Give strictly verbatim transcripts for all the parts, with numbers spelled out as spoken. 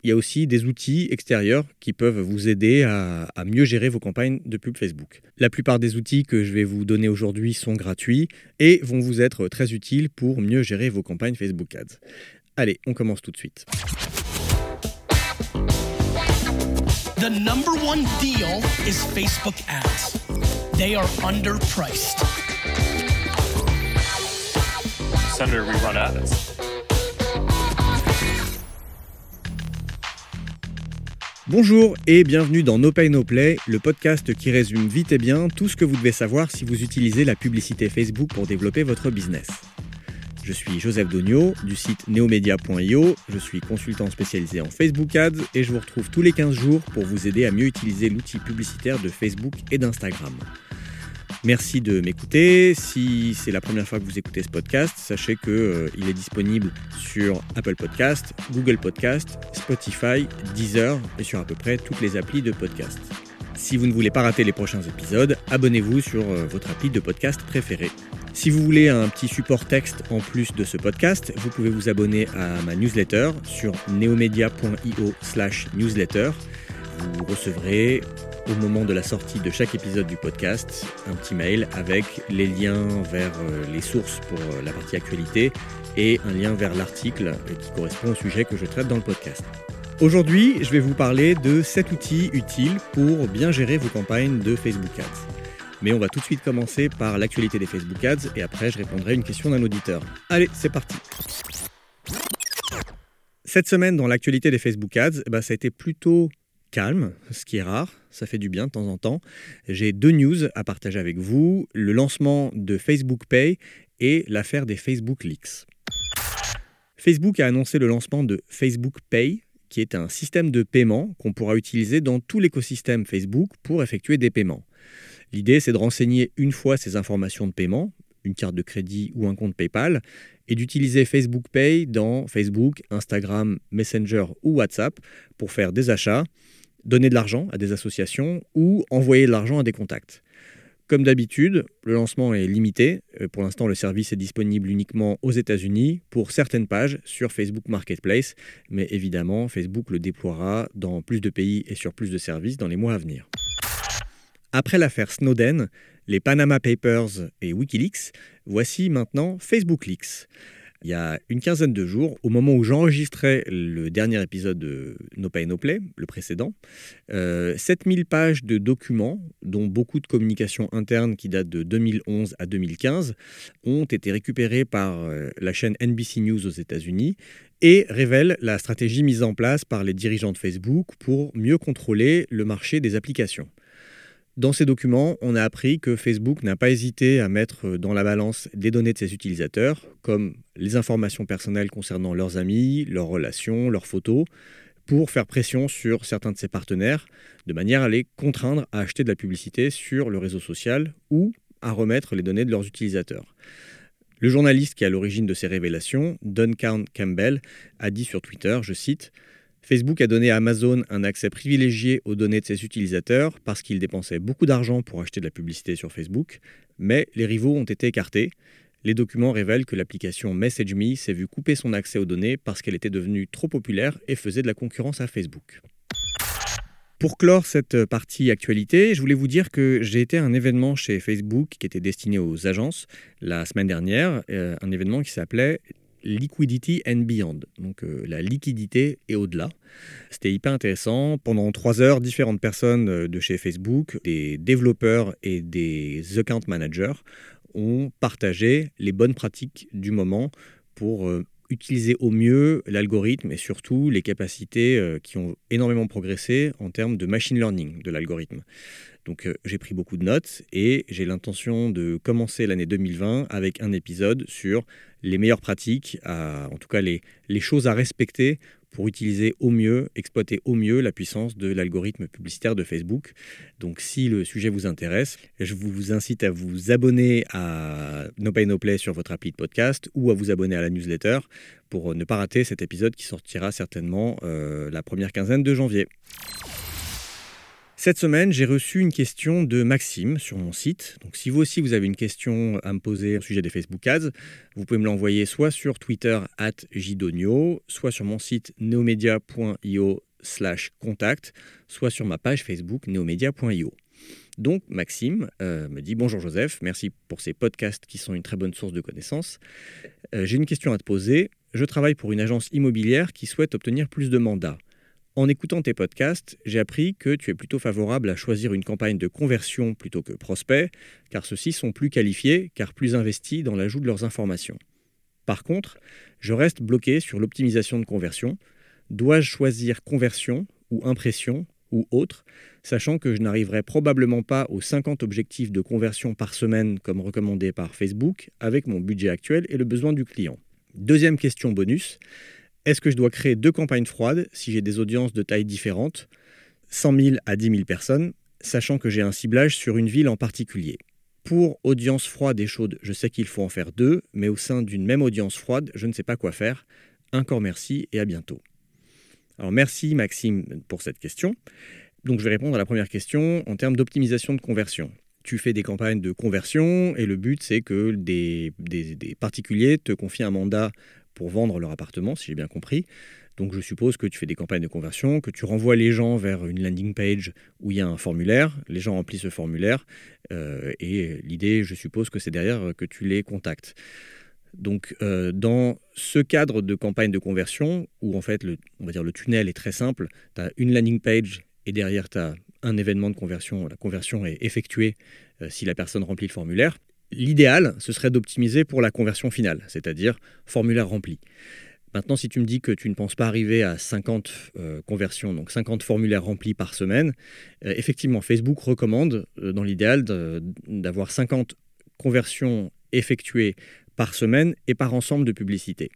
il y a aussi des outils extérieurs qui peuvent vous aider à, à mieux gérer vos campagnes de pub Facebook. La plupart des outils que je vais vous donner aujourd'hui sont gratuits et vont vous être très utiles pour mieux gérer vos campagnes Facebook Ads. Allez, on commence tout de suite. The number one deal is Facebook ads. They are underpriced. Senator, we run ads. Bonjour et bienvenue dans No Pay No Play, le podcast qui résume vite et bien tout ce que vous devez savoir si vous utilisez la publicité Facebook pour développer votre business. Je suis Joseph Dogno du site neomedia point io, je suis consultant spécialisé en Facebook Ads et je vous retrouve tous les quinze jours pour vous aider à mieux utiliser l'outil publicitaire de Facebook et d'Instagram. Merci de m'écouter. Si c'est la première fois que vous écoutez ce podcast, sachez qu'il euh, est disponible sur Apple Podcast, Google Podcast, Spotify, Deezer et sur à peu près toutes les applis de podcast. Si vous ne voulez pas rater les prochains épisodes, abonnez-vous sur euh, votre appli de podcast préférée. Si vous voulez un petit support texte en plus de ce podcast, vous pouvez vous abonner à ma newsletter sur neomedia point io slash newsletter. Vous recevrez au moment de la sortie de chaque épisode du podcast un petit mail avec les liens vers les sources pour la partie actualité et un lien vers l'article qui correspond au sujet que je traite dans le podcast. Aujourd'hui, je vais vous parler de sept outils utiles pour bien gérer vos campagnes de Facebook Ads. Mais on va tout de suite commencer par l'actualité des Facebook Ads et après je répondrai à une question d'un auditeur. Allez, c'est parti. Cette semaine, dans l'actualité des Facebook Ads, bah, ça a été plutôt calme, ce qui est rare, ça fait du bien de temps en temps. J'ai deux news à partager avec vous, le lancement de Facebook Pay et l'affaire des Facebook Leaks. Facebook a annoncé le lancement de Facebook Pay, qui est un système de paiement qu'on pourra utiliser dans tout l'écosystème Facebook pour effectuer des paiements. L'idée, c'est de renseigner une fois ces informations de paiement, une carte de crédit ou un compte PayPal, et d'utiliser Facebook Pay dans Facebook, Instagram, Messenger ou WhatsApp pour faire des achats, donner de l'argent à des associations ou envoyer de l'argent à des contacts. Comme d'habitude, le lancement est limité. Pour l'instant, le service est disponible uniquement aux États-Unis pour certaines pages sur Facebook Marketplace, mais évidemment, Facebook le déploiera dans plus de pays et sur plus de services dans les mois à venir. Après l'affaire Snowden, les Panama Papers et Wikileaks, voici maintenant Facebook Leaks. Il y a une quinzaine de jours, au moment où j'enregistrais le dernier épisode de No Pay No Play, le précédent, euh, sept mille pages de documents, dont beaucoup de communications internes qui datent de deux mille onze à deux mille quinze, ont été récupérés par euh, la chaîne N B C News aux États-Unis et révèlent la stratégie mise en place par les dirigeants de Facebook pour mieux contrôler le marché des applications. Dans ces documents, on a appris que Facebook n'a pas hésité à mettre dans la balance des données de ses utilisateurs, comme les informations personnelles concernant leurs amis, leurs relations, leurs photos, pour faire pression sur certains de ses partenaires, de manière à les contraindre à acheter de la publicité sur le réseau social ou à remettre les données de leurs utilisateurs. Le journaliste qui est à l'origine de ces révélations, Duncan Campbell, a dit sur Twitter, je cite, Facebook a donné à Amazon un accès privilégié aux données de ses utilisateurs parce qu'ils dépensaient beaucoup d'argent pour acheter de la publicité sur Facebook, mais les rivaux ont été écartés. Les documents révèlent que l'application MessageMe s'est vue couper son accès aux données parce qu'elle était devenue trop populaire et faisait de la concurrence à Facebook. Pour clore cette partie actualité, je voulais vous dire que j'ai été à un événement chez Facebook qui était destiné aux agences la semaine dernière, euh, un événement qui s'appelait Liquidity and Beyond, donc euh, la liquidité et au-delà. C'était hyper intéressant. Pendant trois heures, différentes personnes de chez Facebook, des développeurs et des account managers, ont partagé les bonnes pratiques du moment pour euh, utiliser au mieux l'algorithme et surtout les capacités euh, qui ont énormément progressé en termes de machine learning de l'algorithme. Donc euh, j'ai pris beaucoup de notes et j'ai l'intention de commencer l'année deux mille vingt avec un épisode sur les meilleures pratiques, à, en tout cas les, les choses à respecter pour utiliser au mieux, exploiter au mieux la puissance de l'algorithme publicitaire de Facebook. Donc si le sujet vous intéresse, je vous incite à vous abonner à No Pay No Play sur votre appli de podcast ou à vous abonner à la newsletter pour ne pas rater cet épisode qui sortira certainement euh, la première quinzaine de janvier. Cette semaine, j'ai reçu une question de Maxime sur mon site. Donc, si vous aussi vous avez une question à me poser au sujet des Facebook Ads, vous pouvez me l'envoyer soit sur Twitter arobase jdonio, soit sur mon site neomedia point io slash contact, soit sur ma page Facebook neomedia point io. Donc, Maxime euh, me dit « Bonjour Joseph, merci pour ces podcasts qui sont une très bonne source de connaissances. Euh, j'ai une question à te poser. Je travaille pour une agence immobilière qui souhaite obtenir plus de mandats. En écoutant tes podcasts, j'ai appris que tu es plutôt favorable à choisir une campagne de conversion plutôt que prospect, car ceux-ci sont plus qualifiés, car plus investis dans l'ajout de leurs informations. Par contre, je reste bloqué sur l'optimisation de conversion. Dois-je choisir conversion ou impression ou autre, sachant que je n'arriverai probablement pas aux cinquante objectifs de conversion par semaine comme recommandé par Facebook avec mon budget actuel et le besoin du client. Deuxième question bonus. Est-ce que je dois créer deux campagnes froides si j'ai des audiences de tailles différentes, cent mille à dix mille personnes, sachant que j'ai un ciblage sur une ville en particulier? Pour audience froide et chaude, je sais qu'il faut en faire deux, mais au sein d'une même audience froide, je ne sais pas quoi faire. Encore merci et à bientôt. Alors merci Maxime pour cette question. Donc je vais répondre à la première question en termes d'optimisation de conversion. Tu fais des campagnes de conversion et le but c'est que des, des, des particuliers te confient un mandat pour vendre leur appartement, si j'ai bien compris. Donc je suppose que tu fais des campagnes de conversion, que tu renvoies les gens vers une landing page où il y a un formulaire, les gens remplissent ce formulaire euh, et l'idée, je suppose que c'est derrière que tu les contactes. Donc euh, dans ce cadre de campagne de conversion, où en fait le, on va dire le tunnel est très simple, tu as une landing page et derrière tu as un événement de conversion, la conversion est effectuée euh, si la personne remplit le formulaire. L'idéal, ce serait d'optimiser pour la conversion finale, c'est-à-dire formulaire rempli. Maintenant, si tu me dis que tu ne penses pas arriver à cinquante euh, conversions, donc cinquante formulaires remplis par semaine, euh, effectivement, Facebook recommande, euh, dans l'idéal, de, d'avoir cinquante conversions effectuées par semaine et par ensemble de publicités.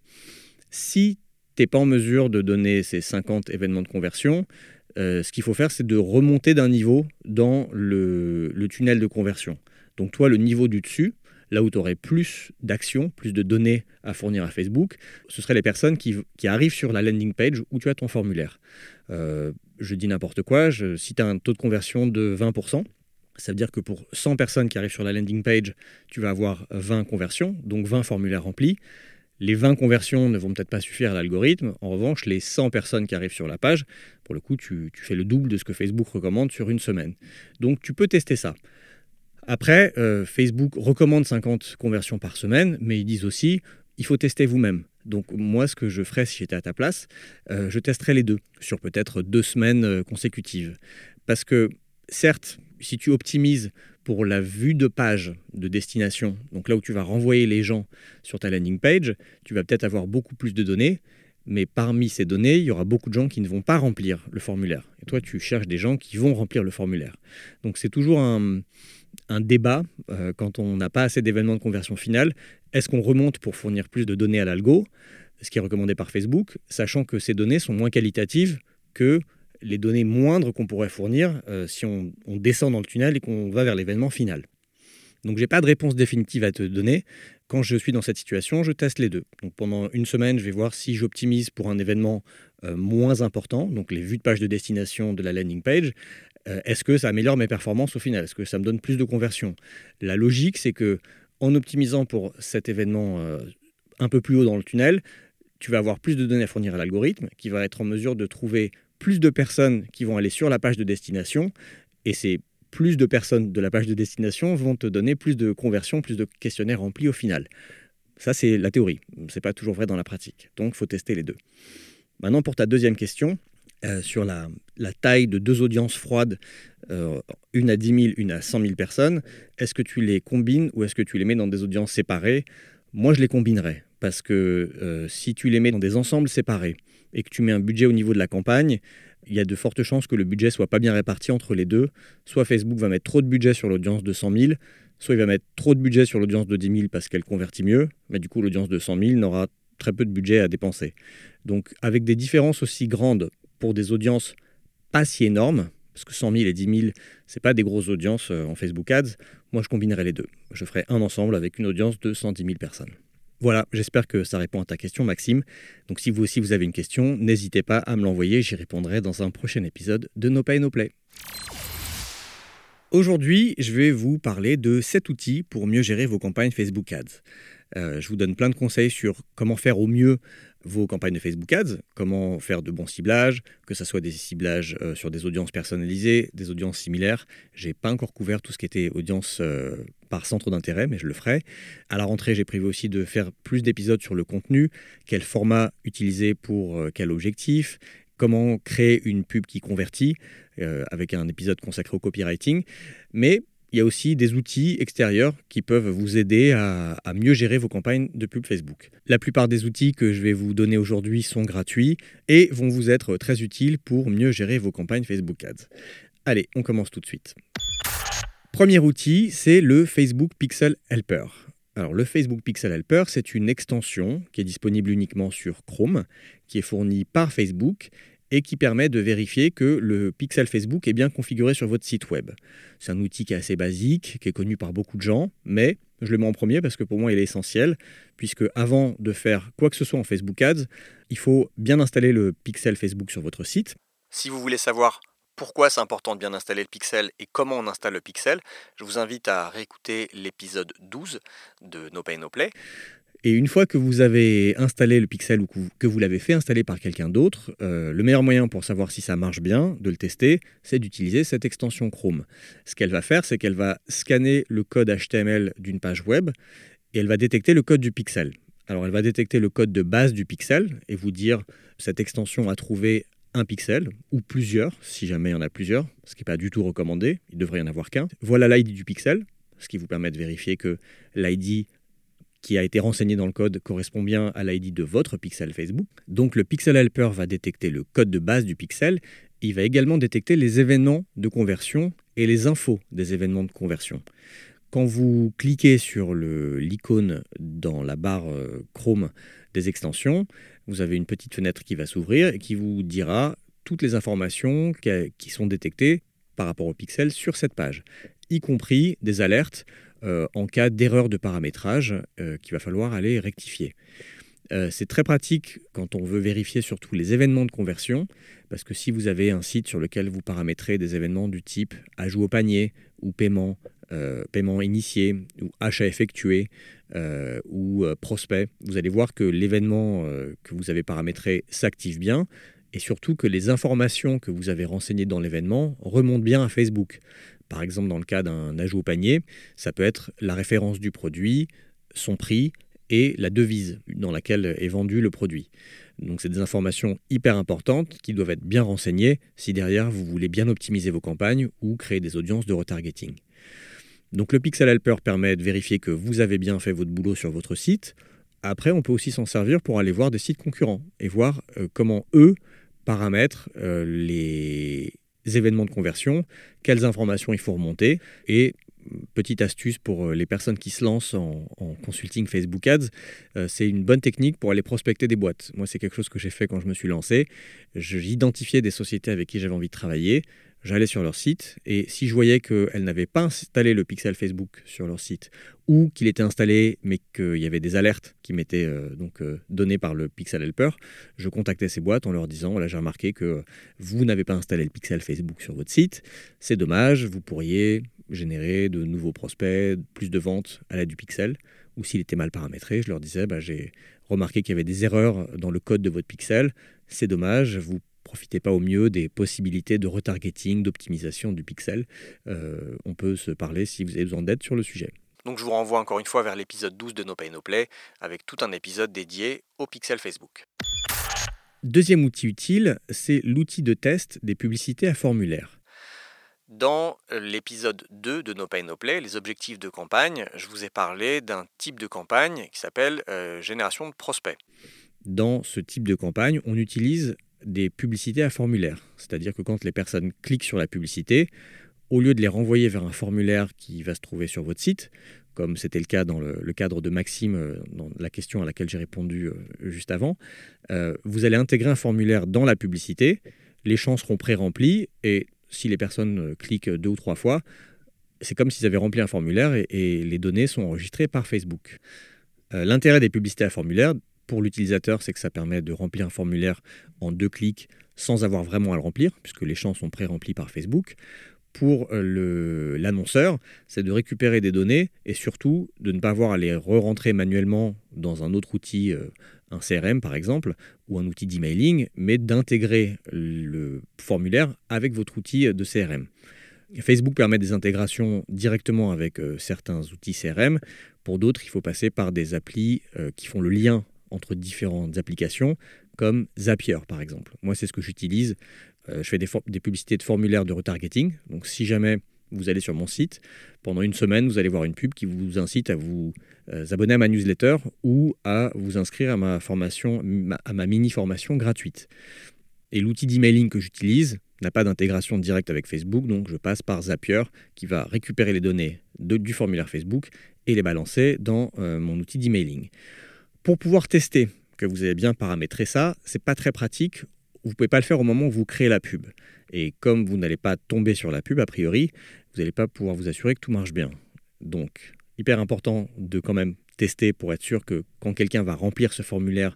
Si tu n'es pas en mesure de donner ces cinquante événements de conversion, euh, ce qu'il faut faire, c'est de remonter d'un niveau dans le, le tunnel de conversion. Donc toi, le niveau du dessus, là où tu aurais plus d'actions, plus de données à fournir à Facebook, ce seraient les personnes qui, qui arrivent sur la landing page où tu as ton formulaire. Euh, je dis n'importe quoi, je, si tu as un taux de conversion de vingt pour cent, ça veut dire que pour cent personnes qui arrivent sur la landing page, tu vas avoir vingt conversions, donc vingt formulaires remplis. Les vingt conversions ne vont peut-être pas suffire à l'algorithme. En revanche, les cent personnes qui arrivent sur la page, pour le coup, tu, tu fais le double de ce que Facebook recommande sur une semaine. Donc tu peux tester ça. Après, euh, Facebook recommande cinquante conversions par semaine, mais ils disent aussi, il faut tester vous-même. Donc moi, ce que je ferais si j'étais à ta place, euh, je testerais les deux, sur peut-être deux semaines euh, consécutives. Parce que, certes, si tu optimises pour la vue de page de destination, donc là où tu vas renvoyer les gens sur ta landing page, tu vas peut-être avoir beaucoup plus de données, mais parmi ces données, il y aura beaucoup de gens qui ne vont pas remplir le formulaire. Et toi, tu cherches des gens qui vont remplir le formulaire. Donc c'est toujours un... un débat euh, quand on n'a pas assez d'événements de conversion finale. Est-ce qu'on remonte pour fournir plus de données à l'algo, ce qui est recommandé par Facebook, sachant que ces données sont moins qualitatives que les données moindres qu'on pourrait fournir euh, si on, on descend dans le tunnel et qu'on va vers l'événement final. Donc je n'ai pas de réponse définitive à te donner. Quand je suis dans cette situation, je teste les deux. Donc pendant une semaine, je vais voir si j'optimise pour un événement euh, moins important, donc les vues de page de destination de la landing page. Euh, est-ce que ça améliore mes performances au final? Est-ce que ça me donne plus de conversion? La logique, c'est que en optimisant pour cet événement euh, un peu plus haut dans le tunnel, tu vas avoir plus de données à fournir à l'algorithme qui va être en mesure de trouver plus de personnes qui vont aller sur la page de destination et ces plus de personnes de la page de destination vont te donner plus de conversions, plus de questionnaires remplis au final. Ça, c'est la théorie. Ce n'est pas toujours vrai dans la pratique. Donc, il faut tester les deux. Maintenant, pour ta deuxième question, euh, sur la, la taille de deux audiences froides, euh, une à dix mille, une à cent mille personnes, est-ce que tu les combines ou est-ce que tu les mets dans des audiences séparées? Moi, je les combinerais parce que euh, si tu les mets dans des ensembles séparés et que tu mets un budget au niveau de la campagne, il y a de fortes chances que le budget soit pas bien réparti entre les deux. Soit Facebook va mettre trop de budget sur l'audience de cent mille, soit il va mettre trop de budget sur l'audience de dix mille parce qu'elle convertit mieux, mais du coup l'audience de cent mille n'aura très peu de budget à dépenser. Donc avec des différences aussi grandes pour des audiences pas si énormes, parce que cent mille et dix mille, c'est pas des grosses audiences en Facebook Ads, moi je combinerais les deux. Je ferais un ensemble avec une audience de cent dix mille personnes. Voilà, j'espère que ça répond à ta question, Maxime. Donc si vous aussi vous avez une question, n'hésitez pas à me l'envoyer, j'y répondrai dans un prochain épisode de No Pay No Play. Aujourd'hui, je vais vous parler de sept outils pour mieux gérer vos campagnes Facebook Ads. Euh, je vous donne plein de conseils sur comment faire au mieux vos campagnes de Facebook Ads, comment faire de bons ciblages, que ce soit des ciblages euh, sur des audiences personnalisées, des audiences similaires. Je n'ai pas encore couvert tout ce qui était audience euh, par centre d'intérêt, mais je le ferai. À la rentrée, j'ai prévu aussi de faire plus d'épisodes sur le contenu, quel format utiliser pour euh, quel objectif, comment créer une pub qui convertit, euh, avec un épisode consacré au copywriting. Mais il y a aussi des outils extérieurs qui peuvent vous aider à, à mieux gérer vos campagnes de pub Facebook. La plupart des outils que je vais vous donner aujourd'hui sont gratuits et vont vous être très utiles pour mieux gérer vos campagnes Facebook Ads. Allez, on commence tout de suite. Premier outil, c'est le Facebook Pixel Helper. Alors, le Facebook Pixel Helper, c'est une extension qui est disponible uniquement sur Chrome, qui est fournie par Facebook et qui permet de vérifier que le pixel Facebook est bien configuré sur votre site web. C'est un outil qui est assez basique, qui est connu par beaucoup de gens, mais je le mets en premier parce que pour moi il est essentiel, puisque avant de faire quoi que ce soit en Facebook Ads, il faut bien installer le pixel Facebook sur votre site. Si vous voulez savoir pourquoi c'est important de bien installer le pixel et comment on installe le pixel, je vous invite à réécouter l'épisode douze de No Pay No Play. Et une fois que vous avez installé le pixel ou que vous l'avez fait installer par quelqu'un d'autre, euh, le meilleur moyen pour savoir si ça marche bien, de le tester, c'est d'utiliser cette extension Chrome. Ce qu'elle va faire, c'est qu'elle va scanner le code H T M L d'une page web et elle va détecter le code du pixel. Alors elle va détecter le code de base du pixel et vous dire cette extension a trouvé un pixel ou plusieurs, si jamais il y en a plusieurs, ce qui n'est pas du tout recommandé, il devrait y en avoir qu'un. Voilà l'I D du pixel, ce qui vous permet de vérifier que l'I D qui a été renseigné dans le code correspond bien à l'I D de votre pixel Facebook. Donc le Pixel Helper va détecter le code de base du pixel. Il va également détecter les événements de conversion et les infos des événements de conversion. Quand vous cliquez sur le, l'icône dans la barre euh, Chrome des extensions, vous avez une petite fenêtre qui va s'ouvrir et qui vous dira toutes les informations qui, a, qui sont détectées par rapport au pixel sur cette page, y compris des alertes Euh, en cas d'erreur de paramétrage euh, qu'il va falloir aller rectifier. Euh, c'est très pratique quand on veut vérifier surtout les événements de conversion, parce que si vous avez un site sur lequel vous paramétrez des événements du type ajout au panier ou paiement, euh, paiement initié ou achat effectué euh, ou euh, prospect, vous allez voir que l'événement euh, que vous avez paramétré s'active bien et surtout que les informations que vous avez renseignées dans l'événement remontent bien à Facebook. Par exemple, dans le cas d'un ajout au panier, ça peut être la référence du produit, son prix et la devise dans laquelle est vendu le produit. Donc c'est des informations hyper importantes qui doivent être bien renseignées si derrière vous voulez bien optimiser vos campagnes ou créer des audiences de retargeting. Donc le Pixel Helper permet de vérifier que vous avez bien fait votre boulot sur votre site. Après, on peut aussi s'en servir pour aller voir des sites concurrents et voir euh, comment eux paramètrent euh, les événements de conversion, quelles informations il faut remonter. Et petite astuce pour les personnes qui se lancent en, en consulting Facebook Ads, euh, c'est une bonne technique pour aller prospecter des boîtes. Moi, c'est quelque chose que j'ai fait quand je me suis lancé. J'identifiais des sociétés avec qui j'avais envie de travailler. J'allais sur leur site et si je voyais qu'elles n'avaient pas installé le pixel Facebook sur leur site ou qu'il était installé mais qu'il y avait des alertes qui m'étaient euh, donc euh, données par le Pixel Helper, je contactais ces boîtes en leur disant « Là, j'ai remarqué que vous n'avez pas installé le pixel Facebook sur votre site, c'est dommage, vous pourriez générer de nouveaux prospects, plus de ventes à l'aide du pixel. » Ou s'il était mal paramétré, je leur disais bah, « J'ai remarqué qu'il y avait des erreurs dans le code de votre pixel, c'est dommage, vous profitez pas au mieux des possibilités de retargeting, d'optimisation du pixel. Euh, on peut se parler si vous avez besoin d'aide sur le sujet. » Donc je vous renvoie encore une fois vers l'épisode douze de No Pay No Play, avec tout un épisode dédié au pixel Facebook. Deuxième outil utile, c'est l'outil de test des publicités à formulaire. Dans l'épisode deux de No Pay No Play, les objectifs de campagne, je vous ai parlé d'un type de campagne qui s'appelle euh, génération de prospects. Dans ce type de campagne, on utilise des publicités à formulaire. C'est-à-dire que quand les personnes cliquent sur la publicité, au lieu de les renvoyer vers un formulaire qui va se trouver sur votre site, comme c'était le cas dans le, le cadre de Maxime, dans la question à laquelle j'ai répondu euh, juste avant, euh, vous allez intégrer un formulaire dans la publicité, les champs seront pré-remplis, et si les personnes cliquent deux ou trois fois, c'est comme s'ils avaient rempli un formulaire et, et les données sont enregistrées par Facebook. Euh, l'intérêt des publicités à formulaire, pour l'utilisateur, c'est que ça permet de remplir un formulaire en deux clics sans avoir vraiment à le remplir, puisque les champs sont pré-remplis par Facebook. pour le, l'annonceur, c'est de récupérer des données et surtout de ne pas avoir à les re-rentrer manuellement dans un autre outil, euh, un C R M par exemple, ou un outil d'emailing, mais d'intégrer le formulaire avec votre outil de C R M. Facebook permet des intégrations directement avec euh, certains outils C R M. Pour d'autres, il faut passer par des applis euh, qui font le lien entre différentes applications, comme Zapier par exemple. Moi, c'est ce que j'utilise. Euh, je fais des, for- des publicités de formulaires de retargeting. Donc, si jamais vous allez sur mon site, pendant une semaine, vous allez voir une pub qui vous incite à vous euh, abonner à ma newsletter ou à vous inscrire à ma formation, ma, à ma mini-formation gratuite. Et l'outil d'emailing que j'utilise n'a pas d'intégration directe avec Facebook, donc je passe par Zapier qui va récupérer les données de, du formulaire Facebook et les balancer dans euh, mon outil d'emailing. Pour pouvoir tester que vous avez bien paramétré ça, c'est pas très pratique. Vous ne pouvez pas le faire au moment où vous créez la pub. Et comme vous n'allez pas tomber sur la pub, a priori, vous n'allez pas pouvoir vous assurer que tout marche bien. Donc, hyper important de quand même tester pour être sûr que quand quelqu'un va remplir ce formulaire,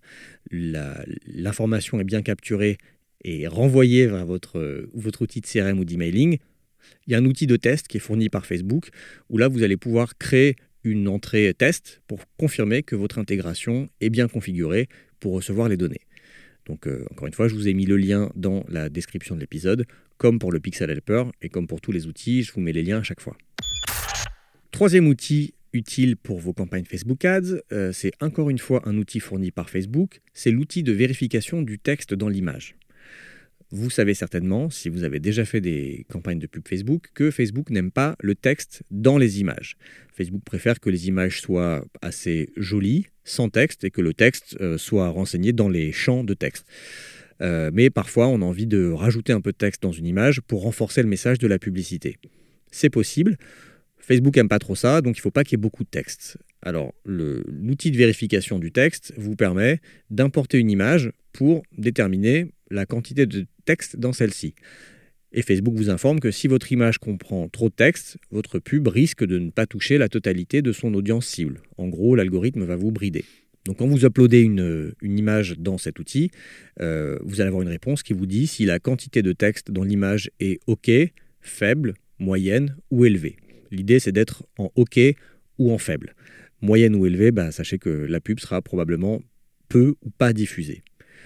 la, l'information est bien capturée et renvoyée vers votre, votre outil de C R M ou d'emailing. Il y a un outil de test qui est fourni par Facebook où là, vous allez pouvoir créer une entrée test pour confirmer que votre intégration est bien configurée pour recevoir les données. Donc, euh, encore une fois, je vous ai mis le lien dans la description de l'épisode, comme pour le Pixel Helper et comme pour tous les outils, je vous mets les liens à chaque fois. Troisième outil utile pour vos campagnes Facebook Ads, euh, c'est encore une fois un outil fourni par Facebook, c'est l'outil de vérification du texte dans l'image. Vous savez certainement, si vous avez déjà fait des campagnes de pub Facebook, que Facebook n'aime pas le texte dans les images. Facebook préfère que les images soient assez jolies, sans texte, et que le texte euh, soit renseigné dans les champs de texte. Euh, mais parfois, on a envie de rajouter un peu de texte dans une image pour renforcer le message de la publicité. C'est possible. Facebook n'aime pas trop ça, donc il ne faut pas qu'il y ait beaucoup de texte. Alors, le, l'outil de vérification du texte vous permet d'importer une image pour déterminer la quantité de texte dans celle-ci. Et Facebook vous informe que si votre image comprend trop de texte, votre pub risque de ne pas toucher la totalité de son audience cible. En gros, l'algorithme va vous brider. Donc quand vous uploadez une, une image dans cet outil, euh, vous allez avoir une réponse qui vous dit si la quantité de texte dans l'image est OK, faible, moyenne ou élevée. L'idée, c'est d'être en OK ou en faible. Moyenne ou élevée, bah, sachez que la pub sera probablement peu ou pas diffusée.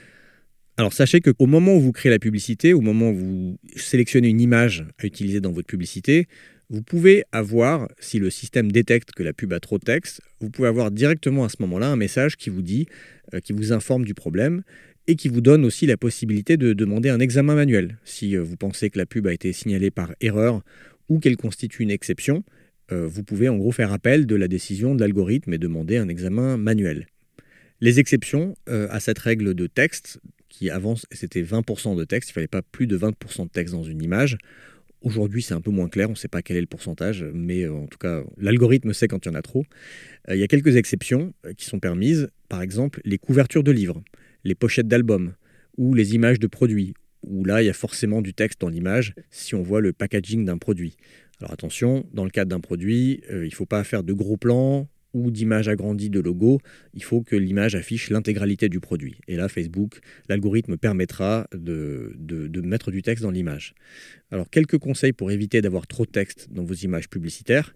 Alors sachez qu'au moment où vous créez la publicité, au moment où vous sélectionnez une image à utiliser dans votre publicité, vous pouvez avoir, si le système détecte que la pub a trop de texte, vous pouvez avoir directement à ce moment-là un message qui vous dit, euh, qui vous informe du problème et qui vous donne aussi la possibilité de demander un examen manuel. Si euh, vous pensez que la pub a été signalée par erreur ou qu'elle constitue une exception, euh, vous pouvez en gros faire appel de la décision de l'algorithme et demander un examen manuel. Les exceptions euh, à cette règle de texte, qui avant c'était vingt pour cent de texte, il ne fallait pas plus de vingt pour cent de texte dans une image. Aujourd'hui, c'est un peu moins clair, on ne sait pas quel est le pourcentage, mais euh, en tout cas, l'algorithme sait quand il y en a trop. Euh, il y a quelques exceptions euh, qui sont permises, par exemple les couvertures de livres, les pochettes d'albums ou les images de produits, où là, il y a forcément du texte dans l'image si on voit le packaging d'un produit. Alors attention, dans le cadre d'un produit, euh, il ne faut pas faire de gros plans ou d'images agrandies de logo, il faut que l'image affiche l'intégralité du produit. Et là, Facebook, l'algorithme permettra de, de, de mettre du texte dans l'image. Alors, quelques conseils pour éviter d'avoir trop de texte dans vos images publicitaires.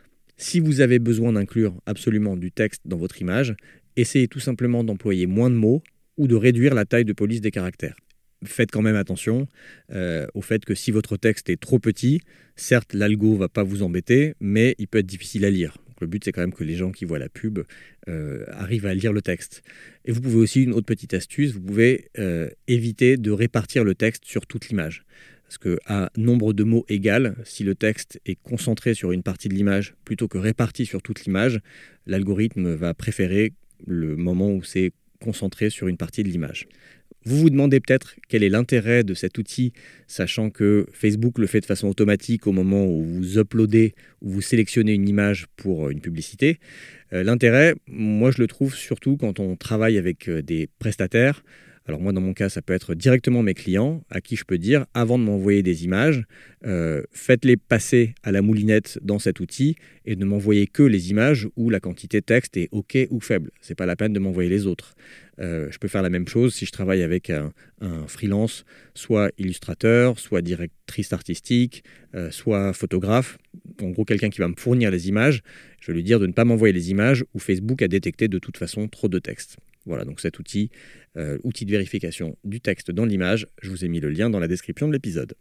Si vous avez besoin d'inclure absolument du texte dans votre image, essayez tout simplement d'employer moins de mots ou de réduire la taille de police des caractères. Faites quand même attention euh, au fait que si votre texte est trop petit, certes, l'algo ne va pas vous embêter, mais il peut être difficile à lire. Donc, le but, c'est quand même que les gens qui voient la pub euh, arrivent à lire le texte. Et vous pouvez aussi, une autre petite astuce, vous pouvez euh, éviter de répartir le texte sur toute l'image. Parce qu'à nombre de mots égal, si le texte est concentré sur une partie de l'image plutôt que réparti sur toute l'image, l'algorithme va préférer le moment où c'est concentré sur une partie de l'image. Vous vous demandez peut-être quel est l'intérêt de cet outil, sachant que Facebook le fait de façon automatique au moment où vous uploadez ou vous sélectionnez une image pour une publicité. Euh, l'intérêt, moi je le trouve surtout quand on travaille avec des prestataires, Alors moi, dans mon cas, ça peut être directement mes clients à qui je peux dire, avant de m'envoyer des images, euh, faites-les passer à la moulinette dans cet outil et ne m'envoyez que les images où la quantité de texte est OK ou faible. Ce n'est pas la peine de m'envoyer les autres. Euh, je peux faire la même chose si je travaille avec un, un freelance, soit illustrateur, soit directrice artistique, euh, soit photographe. En gros, quelqu'un qui va me fournir les images, je vais lui dire de ne pas m'envoyer les images où Facebook a détecté de toute façon trop de texte. Voilà, donc cet outil, euh, outil de vérification du texte dans l'image, je vous ai mis le lien dans la description de l'épisode.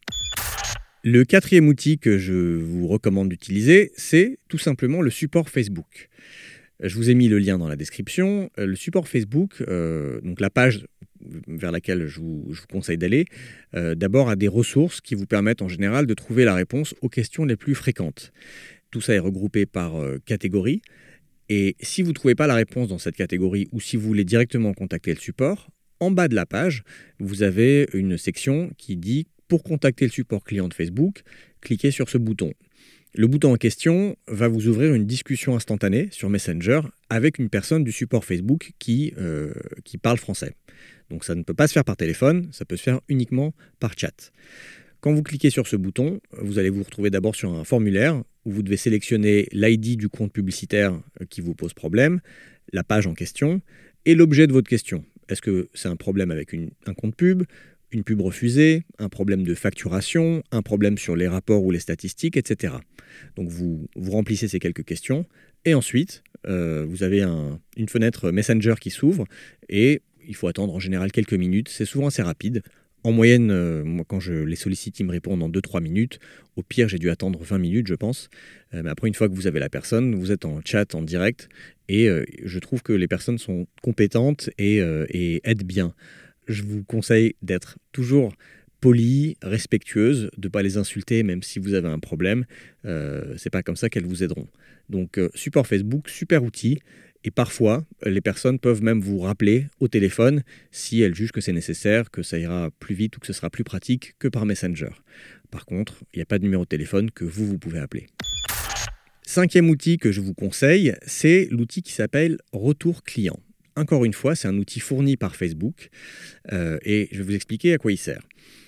Le quatrième outil que je vous recommande d'utiliser, c'est tout simplement le support Facebook. Je vous ai mis le lien dans la description. Le support Facebook, euh, donc la page vers laquelle je vous, je vous conseille d'aller, euh, d'abord a des ressources qui vous permettent en général de trouver la réponse aux questions les plus fréquentes. Tout ça est regroupé par euh, catégorie. Et si vous ne trouvez pas la réponse dans cette catégorie ou si vous voulez directement contacter le support, en bas de la page, vous avez une section qui dit « Pour contacter le support client de Facebook, cliquez sur ce bouton ». Le bouton en question va vous ouvrir une discussion instantanée sur Messenger avec une personne du support Facebook qui, euh, qui parle français. Donc ça ne peut pas se faire par téléphone, ça peut se faire uniquement par chat. Quand vous cliquez sur ce bouton, vous allez vous retrouver d'abord sur un formulaire où vous devez sélectionner l'I D du compte publicitaire qui vous pose problème, la page en question et l'objet de votre question. Est-ce que c'est un problème avec une, un compte pub, une pub refusée, un problème de facturation, un problème sur les rapports ou les statistiques, et cetera. Donc vous, vous remplissez ces quelques questions et ensuite euh, vous avez un, une fenêtre Messenger qui s'ouvre et il faut attendre en général quelques minutes, c'est souvent assez rapide. En moyenne, euh, moi, quand je les sollicite, ils me répondent en deux à trois minutes. Au pire, j'ai dû attendre vingt minutes, je pense. Euh, mais après, une fois que vous avez la personne, vous êtes en chat, en direct. Et euh, je trouve que les personnes sont compétentes et, euh, et aident bien. Je vous conseille d'être toujours polie, respectueuse, de ne pas les insulter, même si vous avez un problème. Euh, c'est pas comme ça qu'elles vous aideront. Donc, euh, support Facebook, super outil. Et parfois, les personnes peuvent même vous rappeler au téléphone si elles jugent que c'est nécessaire, que ça ira plus vite ou que ce sera plus pratique que par Messenger. Par contre, il n'y a pas de numéro de téléphone que vous, vous pouvez appeler. Cinquième outil que je vous conseille, c'est l'outil qui s'appelle Retour Client. Encore une fois, c'est un outil fourni par Facebook euh, et je vais vous expliquer à quoi il sert.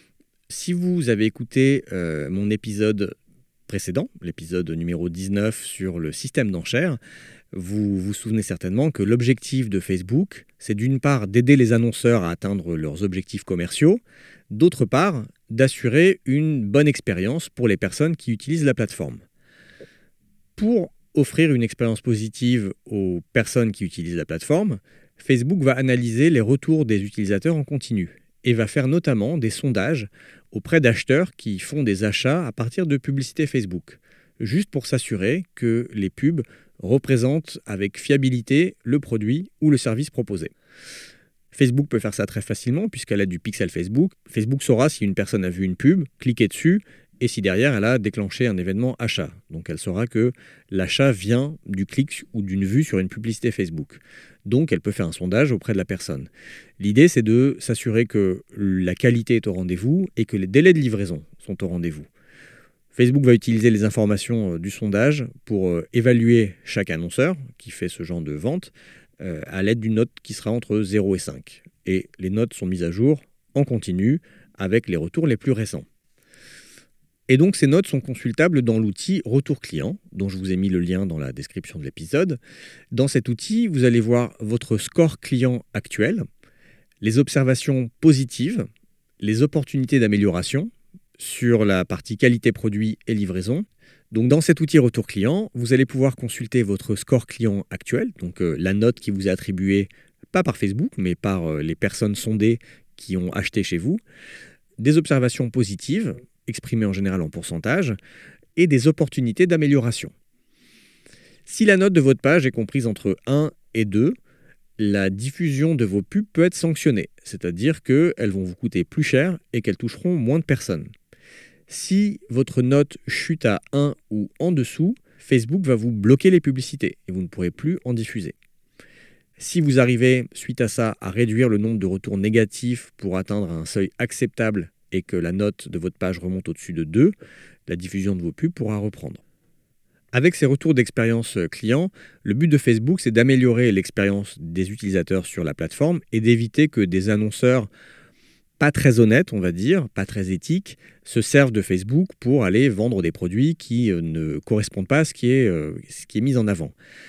Si vous avez écouté euh, mon épisode précédent, l'épisode numéro dix-neuf sur le système d'enchères, vous vous souvenez certainement que l'objectif de Facebook, c'est d'une part d'aider les annonceurs à atteindre leurs objectifs commerciaux, d'autre part d'assurer une bonne expérience pour les personnes qui utilisent la plateforme. Pour offrir une expérience positive aux personnes qui utilisent la plateforme, Facebook va analyser les retours des utilisateurs en continu et va faire notamment des sondages auprès d'acheteurs qui font des achats à partir de publicités Facebook, juste pour s'assurer que les pubs représentent avec fiabilité le produit ou le service proposé. Facebook peut faire ça très facilement puisqu'à l'aide du pixel Facebook, Facebook saura si une personne a vu une pub, cliqué dessus et si derrière elle a déclenché un événement achat. Donc elle saura que l'achat vient du clic ou d'une vue sur une publicité Facebook. Donc elle peut faire un sondage auprès de la personne. L'idée c'est de s'assurer que la qualité est au rendez-vous et que les délais de livraison sont au rendez-vous. Facebook va utiliser les informations du sondage pour évaluer chaque annonceur qui fait ce genre de vente à l'aide d'une note qui sera entre zéro et cinq. Et les notes sont mises à jour en continu avec les retours les plus récents. Et donc ces notes sont consultables dans l'outil Retour Client, dont je vous ai mis le lien dans la description de l'épisode. Dans cet outil, vous allez voir votre score client actuel, les observations positives, les opportunités d'amélioration, sur la partie qualité produit et livraison. Donc dans cet outil Retour Client, vous allez pouvoir consulter votre score client actuel, donc euh, la note qui vous est attribuée, pas par Facebook, mais par euh, les personnes sondées qui ont acheté chez vous, des observations positives, exprimées en général en pourcentage, et des opportunités d'amélioration. Si la note de votre page est comprise entre un et deux, la diffusion de vos pubs peut être sanctionnée, c'est-à-dire qu'elles vont vous coûter plus cher et qu'elles toucheront moins de personnes. Si votre note chute à un ou en dessous, Facebook va vous bloquer les publicités et vous ne pourrez plus en diffuser. Si vous arrivez, suite à ça, à réduire le nombre de retours négatifs pour atteindre un seuil acceptable et que la note de votre page remonte au-dessus de deux, la diffusion de vos pubs pourra reprendre. Avec ces retours d'expérience client, le but de Facebook, c'est d'améliorer l'expérience des utilisateurs sur la plateforme et d'éviter que des annonceurs pas très honnêtes, on va dire, pas très éthiques, se servent de Facebook pour aller vendre des produits qui ne correspondent pas à ce qui est, euh, ce qui est mis en avant.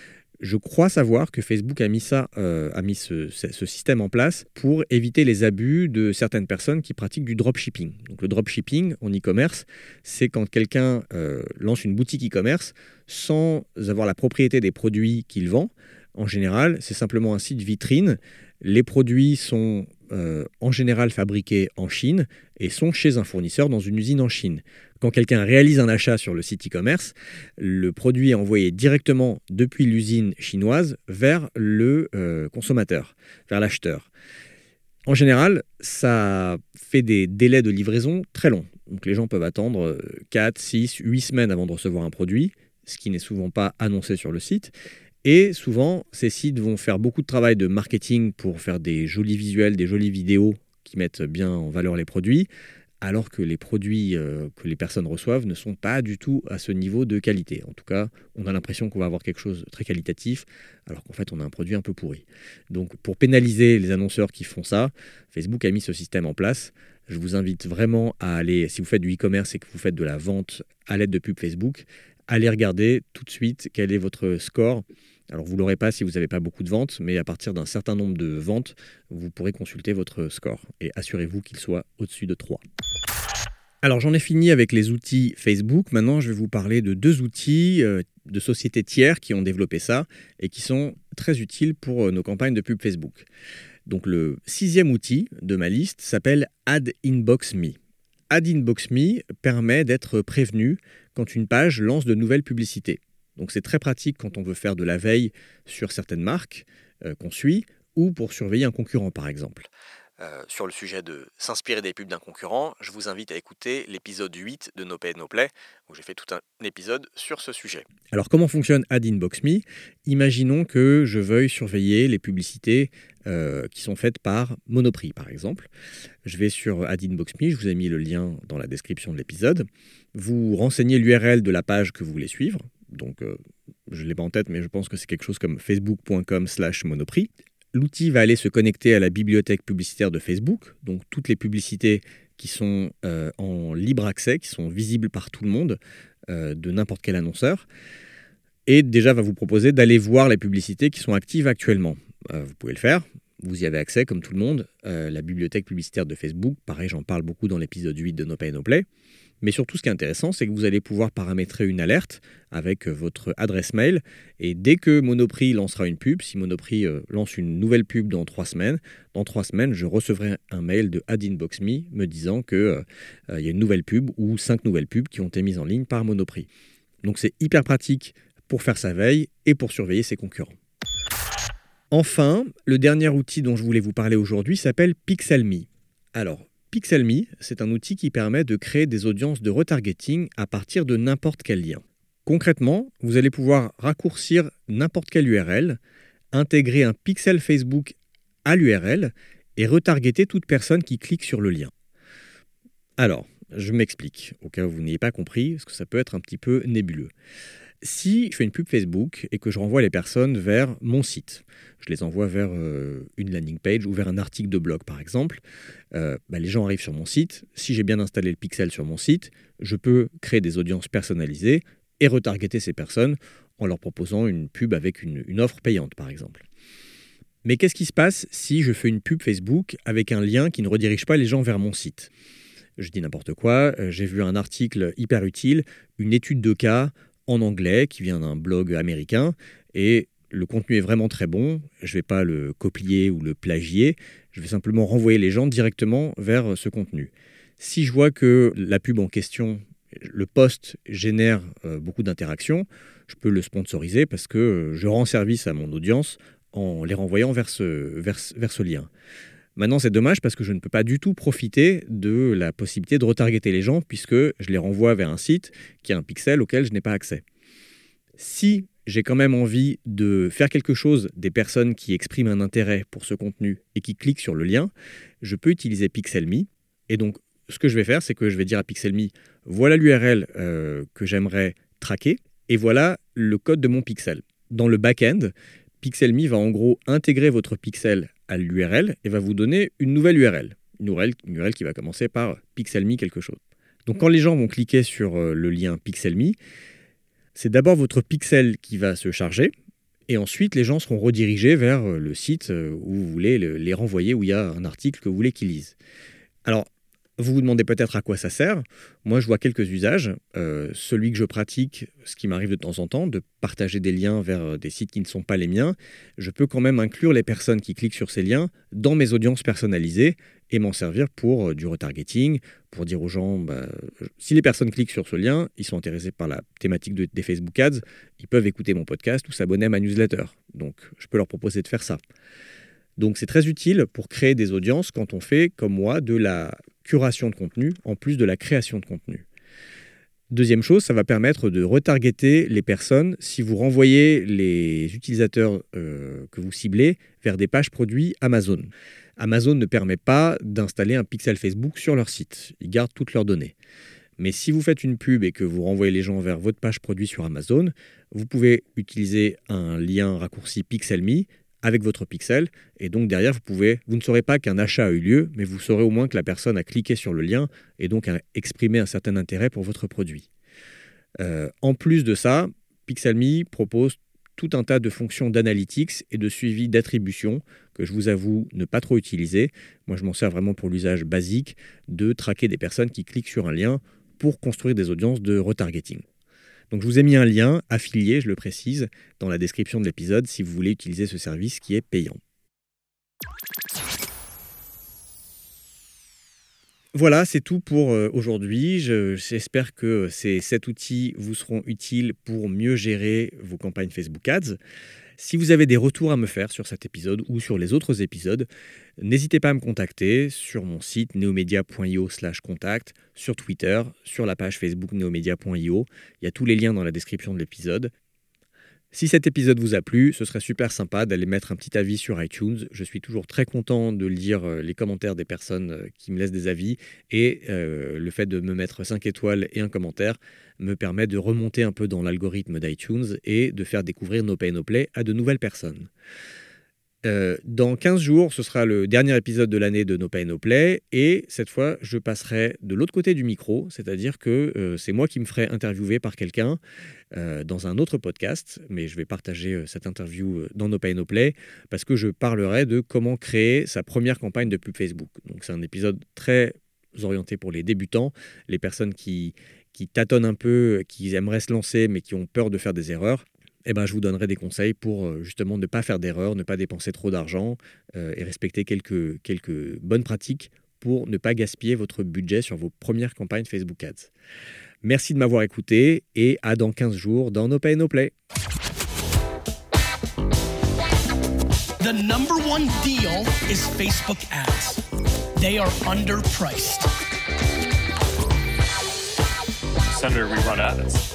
Je crois savoir que Facebook a mis, ça, euh, a mis ce, ce système en place pour éviter les abus de certaines personnes qui pratiquent du dropshipping. Donc, le dropshipping en e-commerce, c'est quand quelqu'un euh, lance une boutique e-commerce sans avoir la propriété des produits qu'il vend. En général, c'est simplement un site vitrine. Les produits sont euh, en général fabriqués en Chine et sont chez un fournisseur dans une usine en Chine. Quand quelqu'un réalise un achat sur le site e-commerce, le produit est envoyé directement depuis l'usine chinoise vers le euh, consommateur, vers l'acheteur. En général, ça fait des délais de livraison très longs. Donc les gens peuvent attendre quatre, six, huit semaines avant de recevoir un produit, ce qui n'est souvent pas annoncé sur le site. Et souvent, ces sites vont faire beaucoup de travail de marketing pour faire des jolis visuels, des jolies vidéos qui mettent bien en valeur les produits, alors que les produits euh, que les personnes reçoivent ne sont pas du tout à ce niveau de qualité. En tout cas, on a l'impression qu'on va avoir quelque chose de très qualitatif, alors qu'en fait, on a un produit un peu pourri. Donc, pour pénaliser les annonceurs qui font ça, Facebook a mis ce système en place. Je vous invite vraiment à aller, si vous faites du e-commerce et que vous faites de la vente à l'aide de pub Facebook, allez regarder tout de suite quel est votre score. Alors, vous ne l'aurez pas si vous n'avez pas beaucoup de ventes, mais à partir d'un certain nombre de ventes, vous pourrez consulter votre score. Et assurez-vous qu'il soit au-dessus de trois. Alors, j'en ai fini avec les outils Facebook. Maintenant, je vais vous parler de deux outils euh, de sociétés tiers qui ont développé ça et qui sont très utiles pour euh, nos campagnes de pub Facebook. Donc, le sixième outil de ma liste s'appelle AdInboxMe. AdInboxMe permet d'être prévenu quand une page lance de nouvelles publicités. Donc c'est très pratique quand on veut faire de la veille sur certaines marques euh, qu'on suit ou pour surveiller un concurrent par exemple. Euh, sur le sujet de s'inspirer des pubs d'un concurrent, je vous invite à écouter l'épisode huit de No Pay No Play où j'ai fait tout un épisode sur ce sujet. Alors comment fonctionne AdInboxMe ? Imaginons que je veuille surveiller les publicités euh, qui sont faites par Monoprix par exemple. Je vais sur AdInboxMe, je vous ai mis le lien dans la description de l'épisode. Vous renseignez l'U R L de la page que vous voulez suivre. Donc, euh, je ne l'ai pas en tête, mais je pense que c'est quelque chose comme facebook.com slash monoprix. L'outil va aller se connecter à la bibliothèque publicitaire de Facebook, donc toutes les publicités qui sont euh, en libre accès, qui sont visibles par tout le monde, euh, de n'importe quel annonceur, et déjà va vous proposer d'aller voir les publicités qui sont actives actuellement. Euh, vous pouvez le faire, vous y avez accès comme tout le monde. Euh, la bibliothèque publicitaire de Facebook, pareil, j'en parle beaucoup dans l'épisode huit de No Pay No Play. Mais surtout, ce qui est intéressant, c'est que vous allez pouvoir paramétrer une alerte avec votre adresse mail. Et dès que Monoprix lancera une pub, si Monoprix euh, lance une nouvelle pub dans trois semaines, dans trois semaines, je recevrai un mail de AdInboxMe me disant qu'il euh, euh, y a une nouvelle pub ou cinq nouvelles pubs qui ont été mises en ligne par Monoprix. Donc c'est hyper pratique pour faire sa veille et pour surveiller ses concurrents. Enfin, le dernier outil dont je voulais vous parler aujourd'hui s'appelle PixelMe. Alors, PixelMe, c'est un outil qui permet de créer des audiences de retargeting à partir de n'importe quel lien. Concrètement, vous allez pouvoir raccourcir n'importe quelle U R L, intégrer un pixel Facebook à l'U R L et retargeter toute personne qui clique sur le lien. Alors, je m'explique, au cas où vous n'ayez pas compris, parce que ça peut être un petit peu nébuleux. Si je fais une pub Facebook et que je renvoie les personnes vers mon site, je les envoie vers euh, une landing page ou vers un article de blog par exemple, euh, bah, les gens arrivent sur mon site. Si j'ai bien installé le pixel sur mon site, je peux créer des audiences personnalisées et retargeter ces personnes en leur proposant une pub avec une, une offre payante par exemple. Mais qu'est-ce qui se passe si je fais une pub Facebook avec un lien qui ne redirige pas les gens vers mon site ? Je dis n'importe quoi, euh, j'ai vu un article hyper utile, une étude de cas en anglais qui vient d'un blog américain et le contenu est vraiment très bon. Je ne vais pas le copier ou le plagier, je vais simplement renvoyer les gens directement vers ce contenu. Si je vois que la pub en question, le post génère euh, beaucoup d'interactions, je peux le sponsoriser parce que je rends service à mon audience en les renvoyant vers ce, vers, vers ce lien. Maintenant, c'est dommage parce que je ne peux pas du tout profiter de la possibilité de retargeter les gens puisque je les renvoie vers un site qui a un pixel auquel je n'ai pas accès. Si j'ai quand même envie de faire quelque chose des personnes qui expriment un intérêt pour ce contenu et qui cliquent sur le lien, je peux utiliser PixelMe. Et donc, ce que je vais faire, c'est que je vais dire à PixelMe, voilà l'U R L euh, que j'aimerais traquer. Et voilà le code de mon pixel. Dans le back-end, Pixelme va en gros intégrer votre pixel à l'U R L et va vous donner une nouvelle U R L. Une U R L, une U R L qui va commencer par Pixelme quelque chose. Donc quand les gens vont cliquer sur le lien Pixelme, c'est d'abord votre pixel qui va se charger et ensuite les gens seront redirigés vers le site où vous voulez les renvoyer, où il y a un article que vous voulez qu'ils lisent. Alors, vous vous demandez peut-être à quoi ça sert. Moi, je vois quelques usages. Euh, celui que je pratique, ce qui m'arrive de temps en temps, de partager des liens vers des sites qui ne sont pas les miens, je peux quand même inclure les personnes qui cliquent sur ces liens dans mes audiences personnalisées et m'en servir pour euh, du retargeting, pour dire aux gens, bah, si les personnes cliquent sur ce lien, ils sont intéressés par la thématique de, des Facebook Ads, ils peuvent écouter mon podcast ou s'abonner à ma newsletter. Donc, je peux leur proposer de faire ça. Donc, c'est très utile pour créer des audiences quand on fait, comme moi, de la curation de contenu, en plus de la création de contenu. Deuxième chose, ça va permettre de retargeter les personnes si vous renvoyez les utilisateurs euh, que vous ciblez vers des pages produits Amazon. Amazon ne permet pas d'installer un pixel Facebook sur leur site. Ils gardent toutes leurs données. Mais si vous faites une pub et que vous renvoyez les gens vers votre page produit sur Amazon, vous pouvez utiliser un lien raccourci Pixelme avec votre pixel, et donc derrière, vous, pouvez, vous ne saurez pas qu'un achat a eu lieu, mais vous saurez au moins que la personne a cliqué sur le lien et donc a exprimé un certain intérêt pour votre produit. Euh, en plus de ça, Pixelme propose tout un tas de fonctions d'analytics et de suivi d'attribution que je vous avoue ne pas trop utiliser. Moi, je m'en sers vraiment pour l'usage basique de traquer des personnes qui cliquent sur un lien pour construire des audiences de retargeting. Donc je vous ai mis un lien affilié, je le précise, dans la description de l'épisode si vous voulez utiliser ce service qui est payant. Voilà, c'est tout pour aujourd'hui. Je, j'espère que ces sept outils vous seront utiles pour mieux gérer vos campagnes Facebook Ads. Si vous avez des retours à me faire sur cet épisode ou sur les autres épisodes, n'hésitez pas à me contacter sur mon site neomedia point io slash contact, sur Twitter, sur la page Facebook neomedia point io. Il y a tous les liens dans la description de l'épisode. Si cet épisode vous a plu, ce serait super sympa d'aller mettre un petit avis sur iTunes. Je suis toujours très content de lire les commentaires des personnes qui me laissent des avis et euh, le fait de me mettre cinq étoiles et un commentaire me permet de remonter un peu dans l'algorithme d'iTunes et de faire découvrir No Pay No Play à de nouvelles personnes. Euh, dans quinze jours, ce sera le dernier épisode de l'année de No Pay No Play et cette fois, je passerai de l'autre côté du micro, c'est-à-dire que euh, c'est moi qui me ferai interviewer par quelqu'un euh, dans un autre podcast, mais je vais partager euh, cette interview dans No Pay No Play parce que je parlerai de comment créer sa première campagne de pub Facebook. Donc c'est un épisode très orienté pour les débutants, les personnes qui, qui tâtonnent un peu, qui aimeraient se lancer mais qui ont peur de faire des erreurs. Eh ben, je vous donnerai des conseils pour justement ne pas faire d'erreurs, ne pas dépenser trop d'argent euh, et respecter quelques, quelques bonnes pratiques pour ne pas gaspiller votre budget sur vos premières campagnes Facebook Ads. Merci de m'avoir écouté et à dans quinze jours dans No Pay No Play. The number one deal is Facebook ads. They are underpriced. Senator, we run ads.